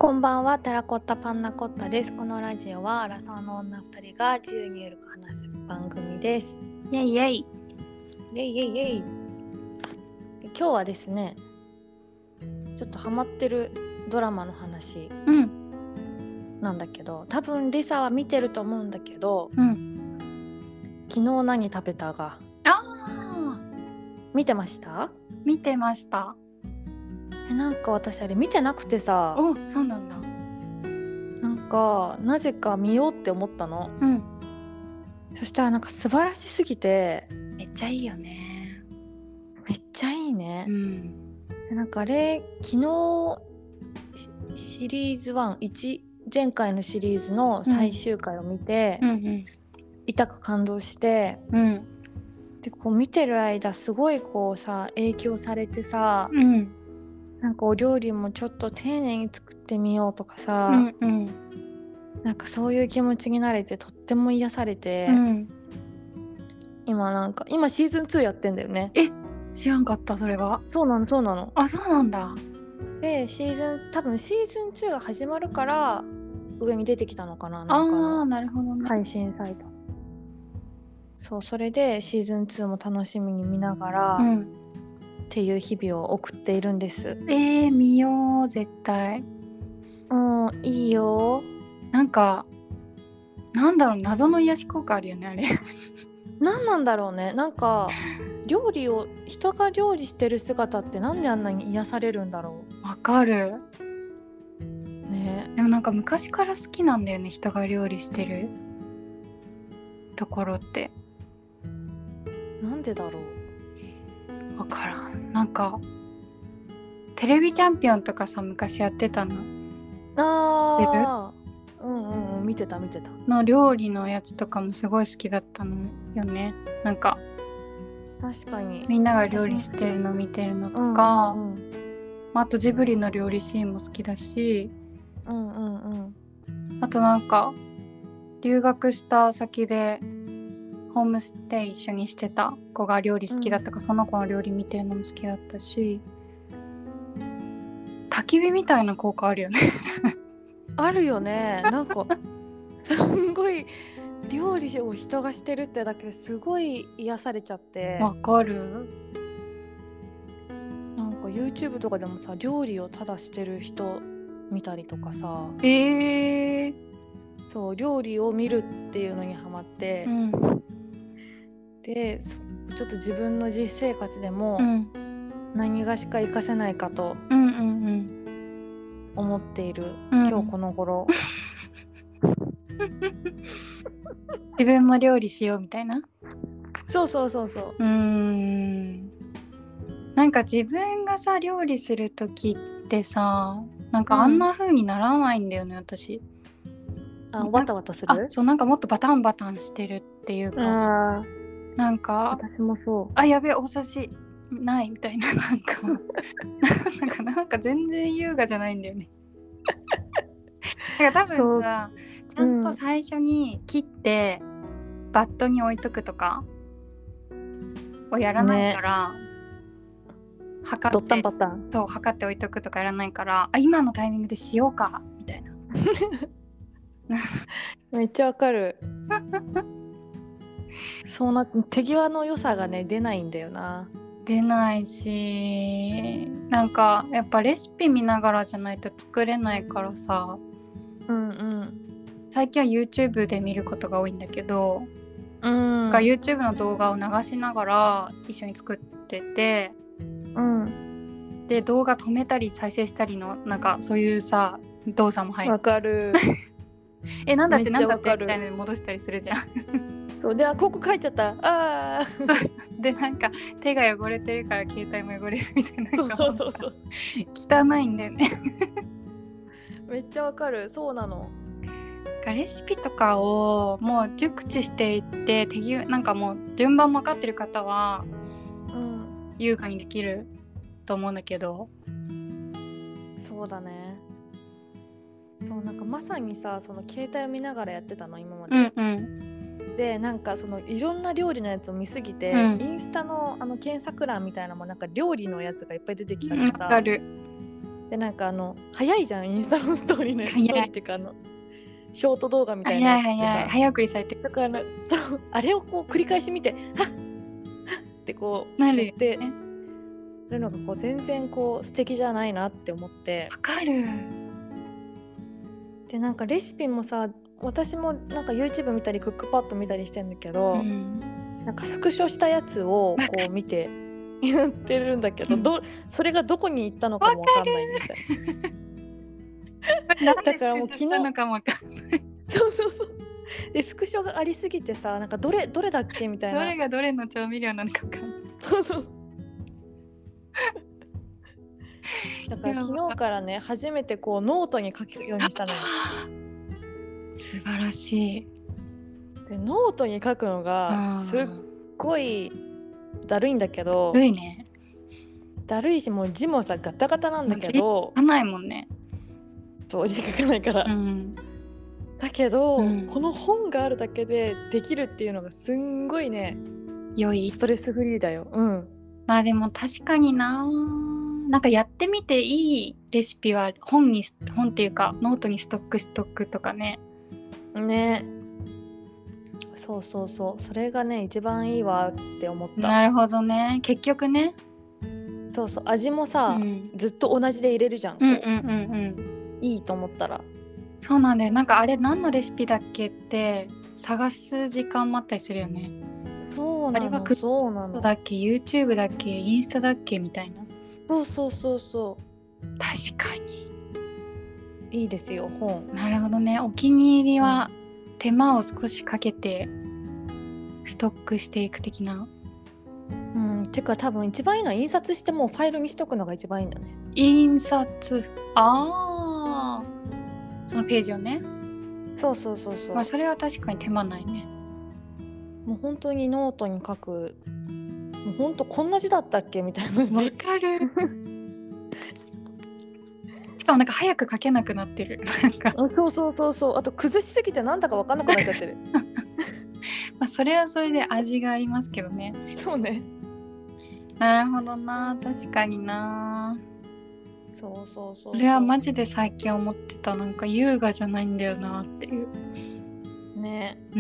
こんばんは、タラコッタパンナコッタです。このラジオはアラサーの女2人が自由にゆるく話す番組です。 イェイイェイイェイイェイイェイ。今日はですね、ちょっとハマってるドラマの話なんだけど、多分リサは見てると思うんだけど、昨日何食べたが見てました？ 見てました。 なんか私あれ見てなくてさ、 そうなんだ。 なんかなぜか見ようって思ったの。そしたらなんか素晴らしすぎて、 めっちゃいいよね。 めっちゃいいね。 でなんかあれ昨日シリーズ1前回のシリーズの最終回を見て、痛く感動して、でこう見てる間すごいこうさ影響されてさ、なんかお料理もちょっと丁寧に作ってみようとかさ、なんかそういう気持ちになれてとっても癒されて、今シーズン2やってんだよね。 知らんかったそれが。 そうなの。 そうなんだ。 で多分シーズン2が始まるから上に出てきたのかな、 なるほどね。 配信サイト。そう、それでシーズン2も楽しみに見ながら、っていう日々を送っているんです。 見よう絶対。 いいよ。 なんかなんだろう、謎の癒し効果あるよねあれ。 何なんだろうね。なんか人が料理してる姿ってなんであんなに癒されるんだろう。わかるね。 でもなんか昔から好きなんだよね、人が料理してるところって。 なんでだろう。わからん。なんかテレビチャンピオンとかさ昔やってたの。 見てたの料理のやつとかもすごい好きだったのよね。なんか確かにみんなが料理してるの見てるのとか、あとジブリの料理シーンも好きだし、あとなんか留学した先でホームステイ一緒にしてた子が料理好きだったから、その子の料理見てるのも好きだったし、焚き火みたいな効果あるよね。 あるよね。なんかすんごい料理を人がしてるってだけですごい癒されちゃって。 わかる。 なんか YouTube とかでもさ、料理をただしてる人見たりとかさ、そう料理を見るっていうのにハマって、でちょっと自分の実生活でも何がしか活かせないかと思っている、今日この頃。 自分も料理しようみたいな。 そう。 なんか自分がさ料理する時ってさ、なんかあんな風にならないんだよね、私。 バタバタする？ そう、なんかもっとバタンバタンしてるっていうか、なんか私もそう。 やべえ大さじないみたいな、なんか全然優雅じゃないんだよね。だから多分さ、ちゃんと最初に切ってバットに置いとくとかをやらないから、測って置いとくとかやらないから、今のタイミングでしようかみたいな。 めっちゃわかる。そうな手際の良さがね出ないんだよな。 出ないし、なんかやっぱレシピ見ながらじゃないと作れないからさ、最近は YouTube で見ることが多いんだけど、YouTube の動画を流しながら一緒に作ってて、で動画止めたり再生したりのなんかそういうさ動作も入る。わかる。 なんだってみたいなのに戻したりするじゃん。 そうで、ここ書いちゃった。 でなんか手が汚れてるから携帯も汚れるみたいな。 そう汚いんだよね。 めっちゃわかる。そうなの。 レシピとかをもう熟知していってなんかもう順番分かってる方は、優雅にできると思うんだけど。 そうだね。そう、なんかまさにさ、その携帯を見ながらやってたの今まで。でなんかそのいろんな料理のやつを見すぎて、インスタの検索欄みたいなもなんか料理のやつがいっぱい出てきちゃってさ、ででなんか早いじゃんインスタのストーリーのストーリーっていうかショート動画みたいなやつってさ早送りされてる。 だからそうあれをこう繰り返し見てはっはっってこうなるやってるのがこう全然こう素敵じゃないなって思って。 わかる。 でなんかレシピもさ私もなんか YouTube 見たりクックパッド見たりしてんだけど、なんかスクショしたやつをこう見てやってるんだけど、それがどこに行ったのかも分かんないみたいな。だからもう昨日のかも分かんない。 そうでスクショがありすぎてさなんかどれだっけみたいな。 どれがどれの調味料なのか分かんない。 そうだから昨日からね初めてこうノートに書くようにしたのよ。 素晴らしい。 でノートに書くのがすっごいだるいんだけど、 だるいね。 だるいしもう字もさガタガタなんだけど、 書かないもんね。 そう字書かないから、だけど、この本があるだけでできるっていうのがすんごいね良いストレスフリーだよ。 まあでも確かになんかやってみていいレシピは本っていうかノートにストックしとくとかね。 そうそれがね一番いいわって思った。 なるほどね。結局ね。 そう味もさ、ずっと同じで入れるじゃん。いいと思ったら。 そうなんだよ。なんかあれ何のレシピだっけって探す時間もあったりするよね。 そうなの。あれはそうなの。 だっけ YouTube だっけインスタだっけみたいな。 そう確かにいいですよ本。 なるほどね。お気に入りは手間を少しかけてストックしていく的な。 てか多分一番いいのは印刷してもうファイルにしとくのが一番いいんだね。 印刷そのページをね。そう。まあそれは確かに手間ないね。 もう本当にノートに書く。もう本当こんな字だったっけみたいな字。 わかる。しかもなんか早く書けなくなってる。なんかそうあと崩しすぎてなんだか分かんなくなっちゃってる。 まあそれはそれで味がありますけどね。 そうね。 なるほどな。確かにな。 そうそれはマジで最近思ってた。なんか優雅じゃないんだよなっていうね。そう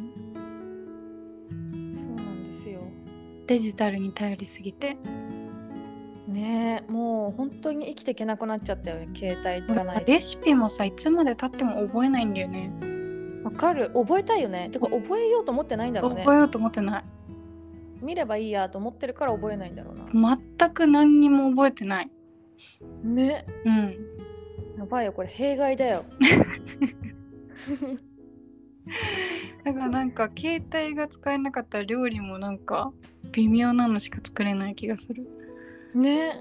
なんですよ。 デジタルに頼りすぎてね。もう本当に生きていけなくなっちゃったよね携帯がないと。 レシピもさいつまで経っても覚えないんだよね。 わかる。覚えたいよね。てか覚えようと思ってないんだろうね。 覚えようと思ってない。 見ればいいやと思ってるから覚えないんだろうな。 全く何にも覚えてないね。やばいよこれ弊害だよ。 だからなんか携帯が使えなかったら料理もなんか微妙なのしか作れない気がするね。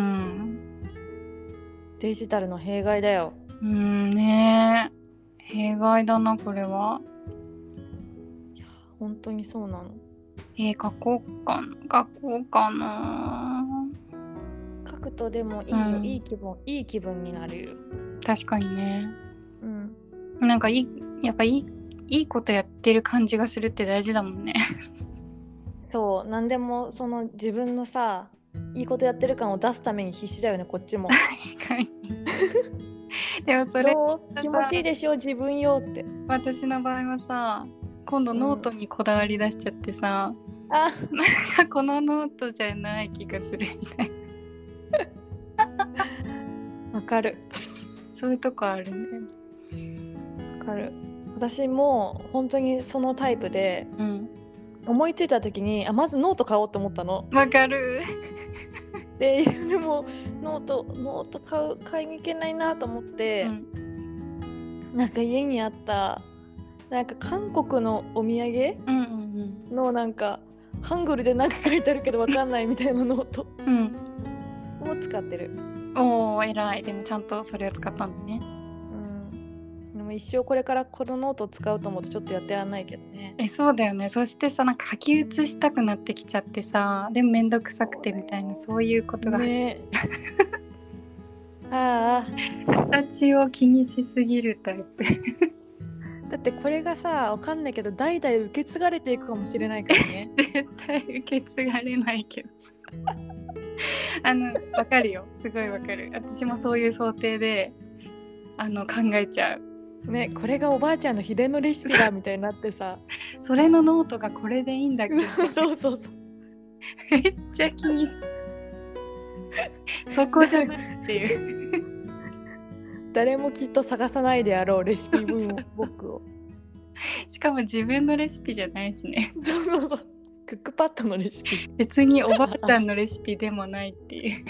デジタルの弊害だよ。 ね弊害だなこれは。 いや本当にそうなの。 書こうかな。 書くとでもいいよ、いい気分になるよ。 確かにね。なんかやっぱいいことやってる感じがするって大事だもんね。 そう何でもその自分のさいいことやってる感を出すために必死だよねこっちも。 確かに。でもそれ気持ちいいでしょ自分よって。 私の場合はさ今度ノートにこだわり出しちゃってさ、なんかこのノートじゃない気がするみたいな。 わかる。 そういうとこあるんだよね。 わかる。私も本当にそのタイプで、思いついた時にまずノート買おうと思ったの。 わかる。 でもノート買いに行けないなと思って、なんか家にあったなんか韓国のお土産のなんかハングルでなんか書いてあるけどわかんないみたいなノートを使ってる。 おー偉い。でもちゃんとそれを使ったんだね。 でも一生これからこのノートを使うと思うとちょっとやってらんないけどね。 そうだよね。そしてさなんか書き写したくなってきちゃってさでもめんどくさくてみたいなそういうことがね。形を気にしすぎるタイプ。 だってこれがさわかんないけど代々受け継がれていくかもしれないからね。 絶対受け継がれないけど。 わかるよ、すごいわかる。私もそういう想定で考えちゃう。 ね、これがおばあちゃんの秘伝のレシピだみたいになってさそれのノートがこれでいいんだっけそうそうそうめっちゃ気にするそこじゃないっていう誰もきっと探さないであろうレシピ文を僕をしかも自分のレシピじゃないしね。 そうそうそう、クックパッドのレシピ別におばあちゃんのレシピでもないっていう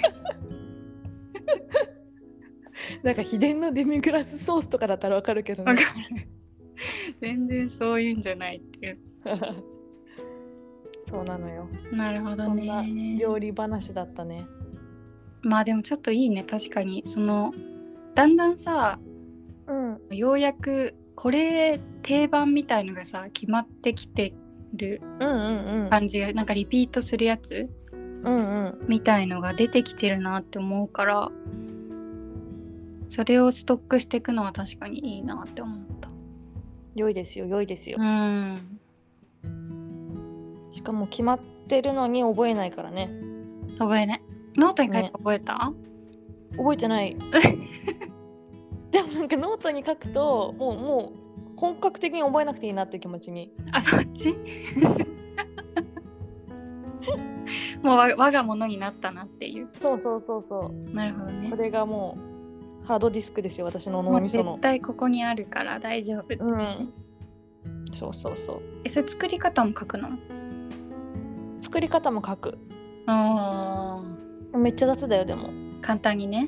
なんか秘伝のデミグラスソースとかだったらわかるけどね。 わかる。全然そういうんじゃないっていうそうなのよ。 なるほどね。 そんな料理話だったね。 まあでもちょっといいね、確かに。だんだんさ、ようやくこれ定番みたいのがさ決まってきてる感じが、なんかリピートするやつ、みたいのが出てきてるなって思うから、それをストックしていくのは確かにいいなって思った。 良いですよ、良いですよ。しかも決まってるのに覚えないからね。 覚えない。ノートに書いて覚えた？ 覚えてないでもなんかノートに書くともう本格的に覚えなくていいなっていう気持ちに。 あ、そっちもう我が物になったなっていう。 そうそうそうそう。 なるほどね。 これがもうハードディスクですよ、私の脳みその。 絶対ここにあるから大丈夫って、 そうそうそう。 それ作り方も書くの？ 作り方も書く。めっちゃ雑だよでも。 簡単にね。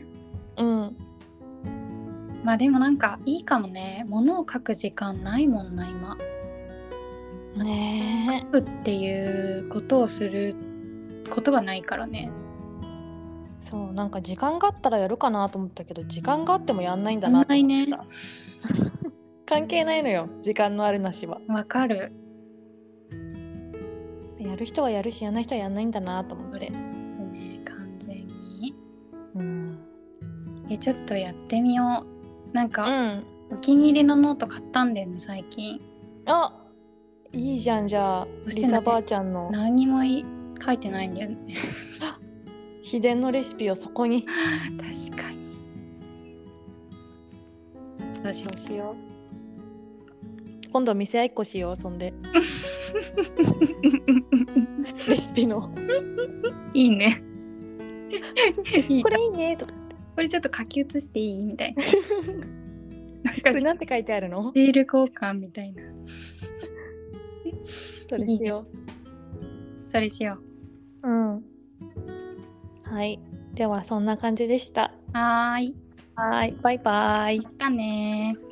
まあでもなんかいいかもね。物を書く時間ないもんな今。 ね書くっていうことをすることがないからね。 そう、なんか時間があったらやるかなと思ったけど、時間があってもやんないんだなと思ってさ。関係ないのよ、時間のあるなしは。 わかる。 やる人はやるし、やらない人はやんないんだなと思って。 ね、完全に。 いや、 ちょっとやってみよう。なんか、お気に入りのノート買ったんだよね最近。 あ、いいじゃん。じゃあリサばあちゃんの何も書いてないんだよね秘伝のレシピをそこに確かに。 そうしよう。今度店合いっこしよう、そんでレシピのいいねこれいいねとか、 これちょっと書き写していいみたいなこれなんて書いてあるの？ シール交換みたいなそれしよう。それしよう。はい、ではそんな感じでした。 はい、 バイバイ。 またね。